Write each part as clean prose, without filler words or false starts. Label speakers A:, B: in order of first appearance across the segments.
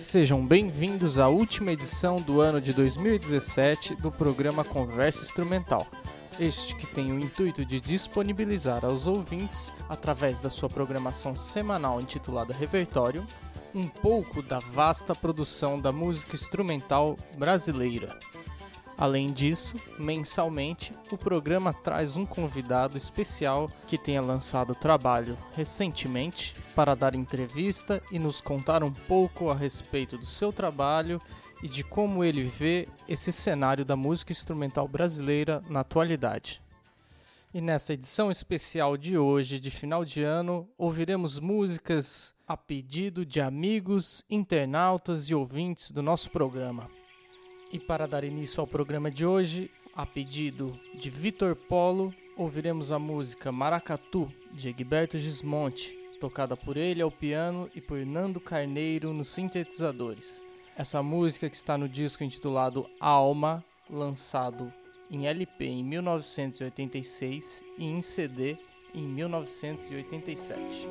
A: Sejam bem-vindos à última edição do ano de 2017 do programa Conversa Instrumental. Este que tem o intuito de disponibilizar aos ouvintes, através da sua programação semanal intitulada Repertório, um pouco da vasta produção da música instrumental brasileira. Além disso, mensalmente, o programa traz um convidado especial que tenha lançado trabalho recentemente para dar entrevista e nos contar um pouco a respeito do seu trabalho e de como ele vê esse cenário da música instrumental brasileira na atualidade. E nessa edição especial de hoje, de final de ano, ouviremos músicas a pedido de amigos, internautas e ouvintes do nosso programa. E para dar início ao programa de hoje, a pedido de Vitor Polo, ouviremos a música Maracatu, de Egberto Gismonti, tocada por ele ao piano e por Nando Carneiro nos sintetizadores. Essa música que está no disco intitulado Alma, lançado em LP em 1986 e em CD em 1987.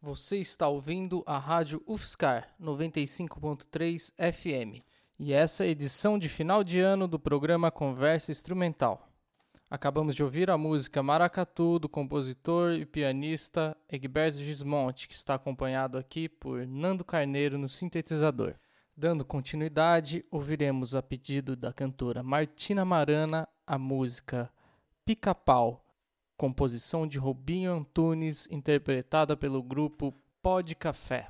A: Você está ouvindo a Rádio UFSCar 95.3 FM e essa é a edição de final de ano do programa Conversa Instrumental. Acabamos de ouvir a música Maracatu do compositor e pianista Egberto Gismonti, que está acompanhado aqui por Nando Carneiro no sintetizador. Dando continuidade, ouviremos a pedido da cantora Martina Marana a música Pica-Pau, composição de Robinho Antunes, interpretada pelo grupo Pó de Café.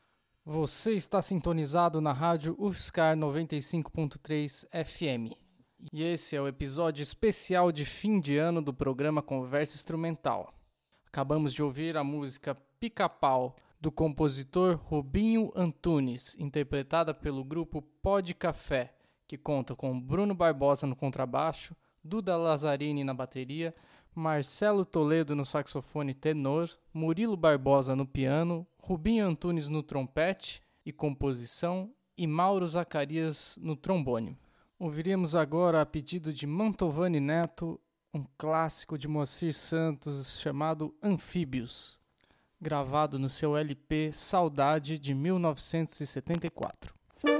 A: Você está sintonizado na rádio UFSCar 95.3 FM. E esse é o episódio especial de fim de ano do programa Conversa Instrumental. Acabamos de ouvir a música Pica-Pau, do compositor Rubinho Antunes, interpretada pelo grupo Pó de Café, que conta com Bruno Barbosa no contrabaixo, Duda Lazzarini na bateria, Marcelo Toledo no saxofone tenor, Murilo Barbosa no piano, Rubinho Antunes no trompete e composição e Mauro Zacarias no trombone. Ouviremos agora, a pedido de Mantovani Neto, um clássico de Moacir Santos chamado Anfíbios, gravado no seu LP Saudade de 1974.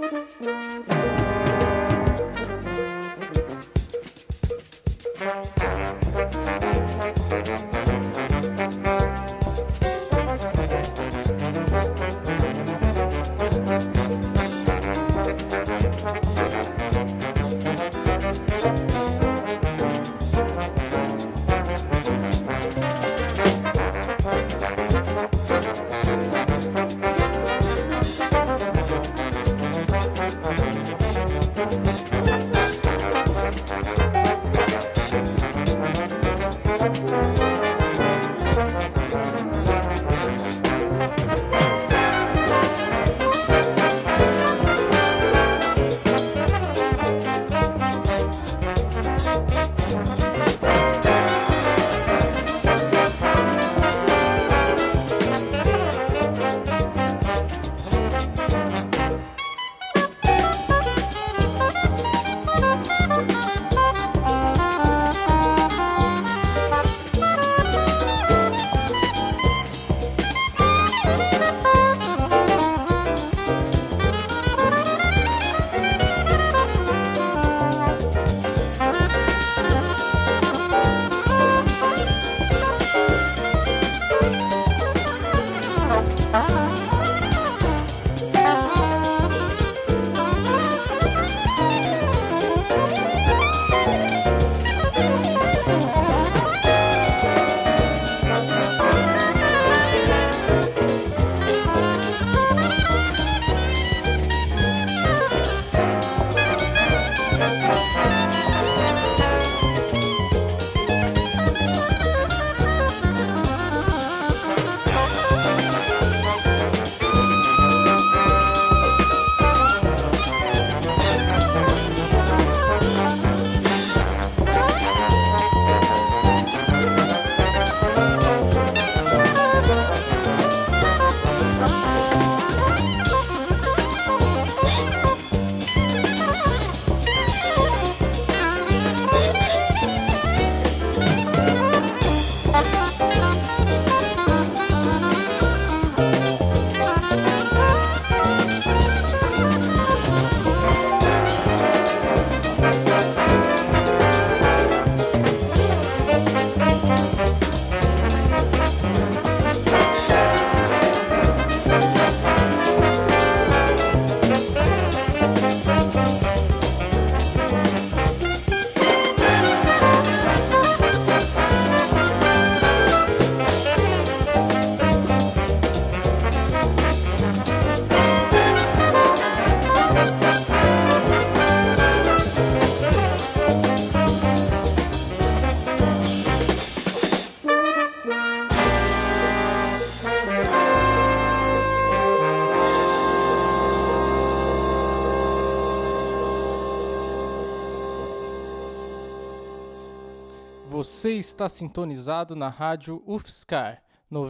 A: Você está sintonizado na rádio UFSCar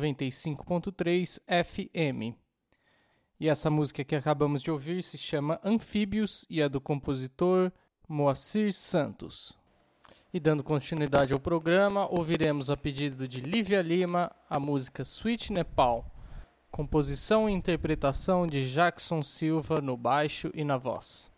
A: 95.3 FM. E essa música que acabamos de ouvir se chama Anfíbios e é do compositor Moacir Santos. E dando continuidade ao programa, ouviremos a pedido de Lívia Lima a música Sweet Nepal, composição e interpretação de Jackson Silva no baixo e na voz.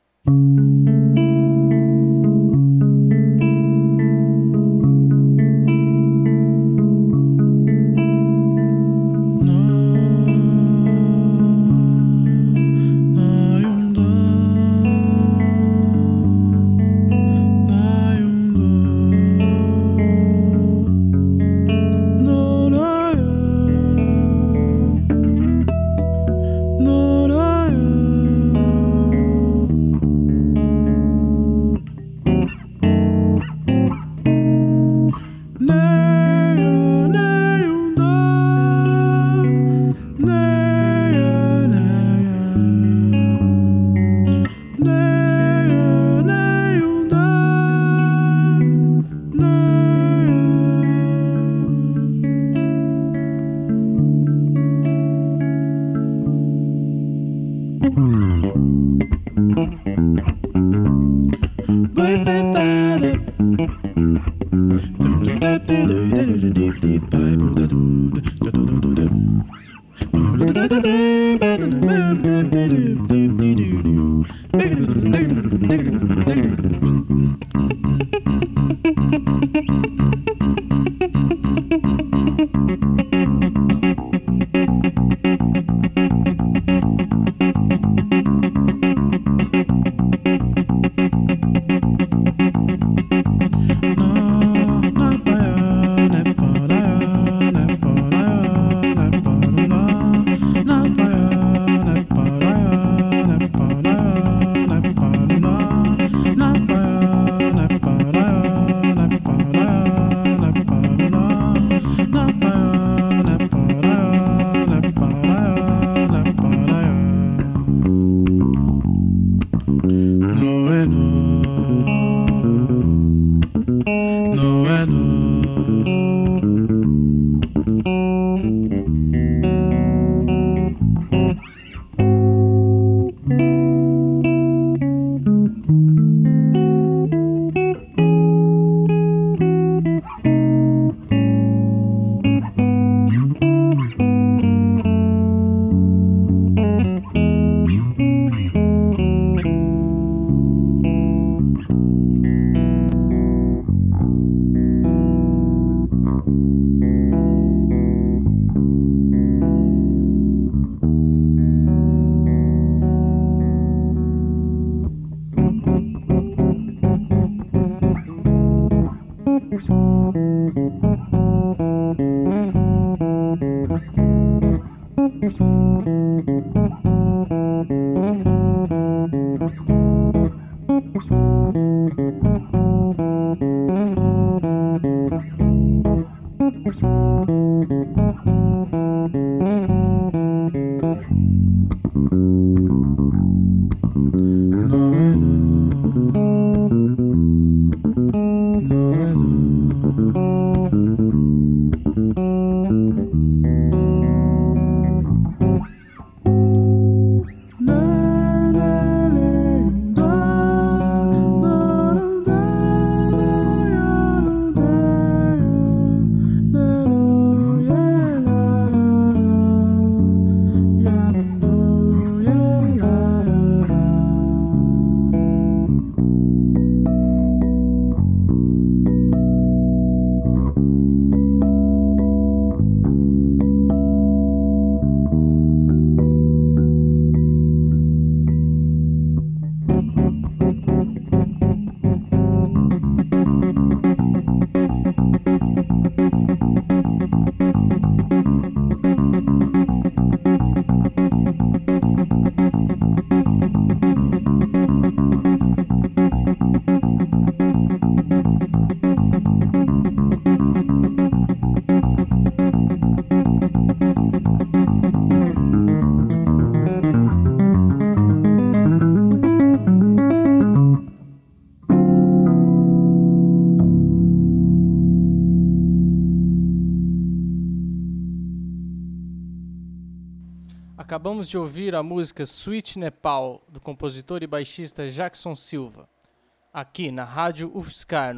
A: Acabamos de ouvir a música Sweet Nepal, do compositor e baixista Jackson Silva, aqui na Rádio UFSCar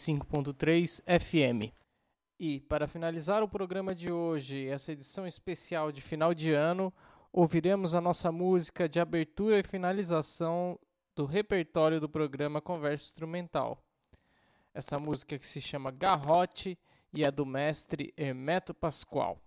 A: 95.3 FM. E, para finalizar o programa de hoje, essa edição especial de final de ano, ouviremos a nossa música de abertura e finalização do repertório do programa Conversa Instrumental. Essa música que se chama Garrote e é do mestre Hermeto Pascoal.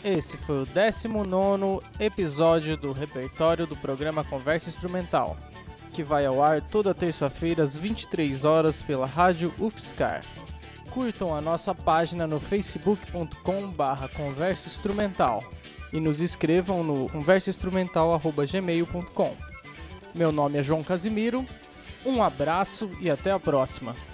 A: Esse foi o 19º episódio do repertório do programa Conversa Instrumental, que vai ao ar toda terça-feira às 23 horas pela Rádio UFSCar. Curtam a nossa página no facebook.com/conversa instrumental e nos escrevam no conversainstrumental@gmail.com. Meu nome é João Casimiro, um abraço e até a próxima!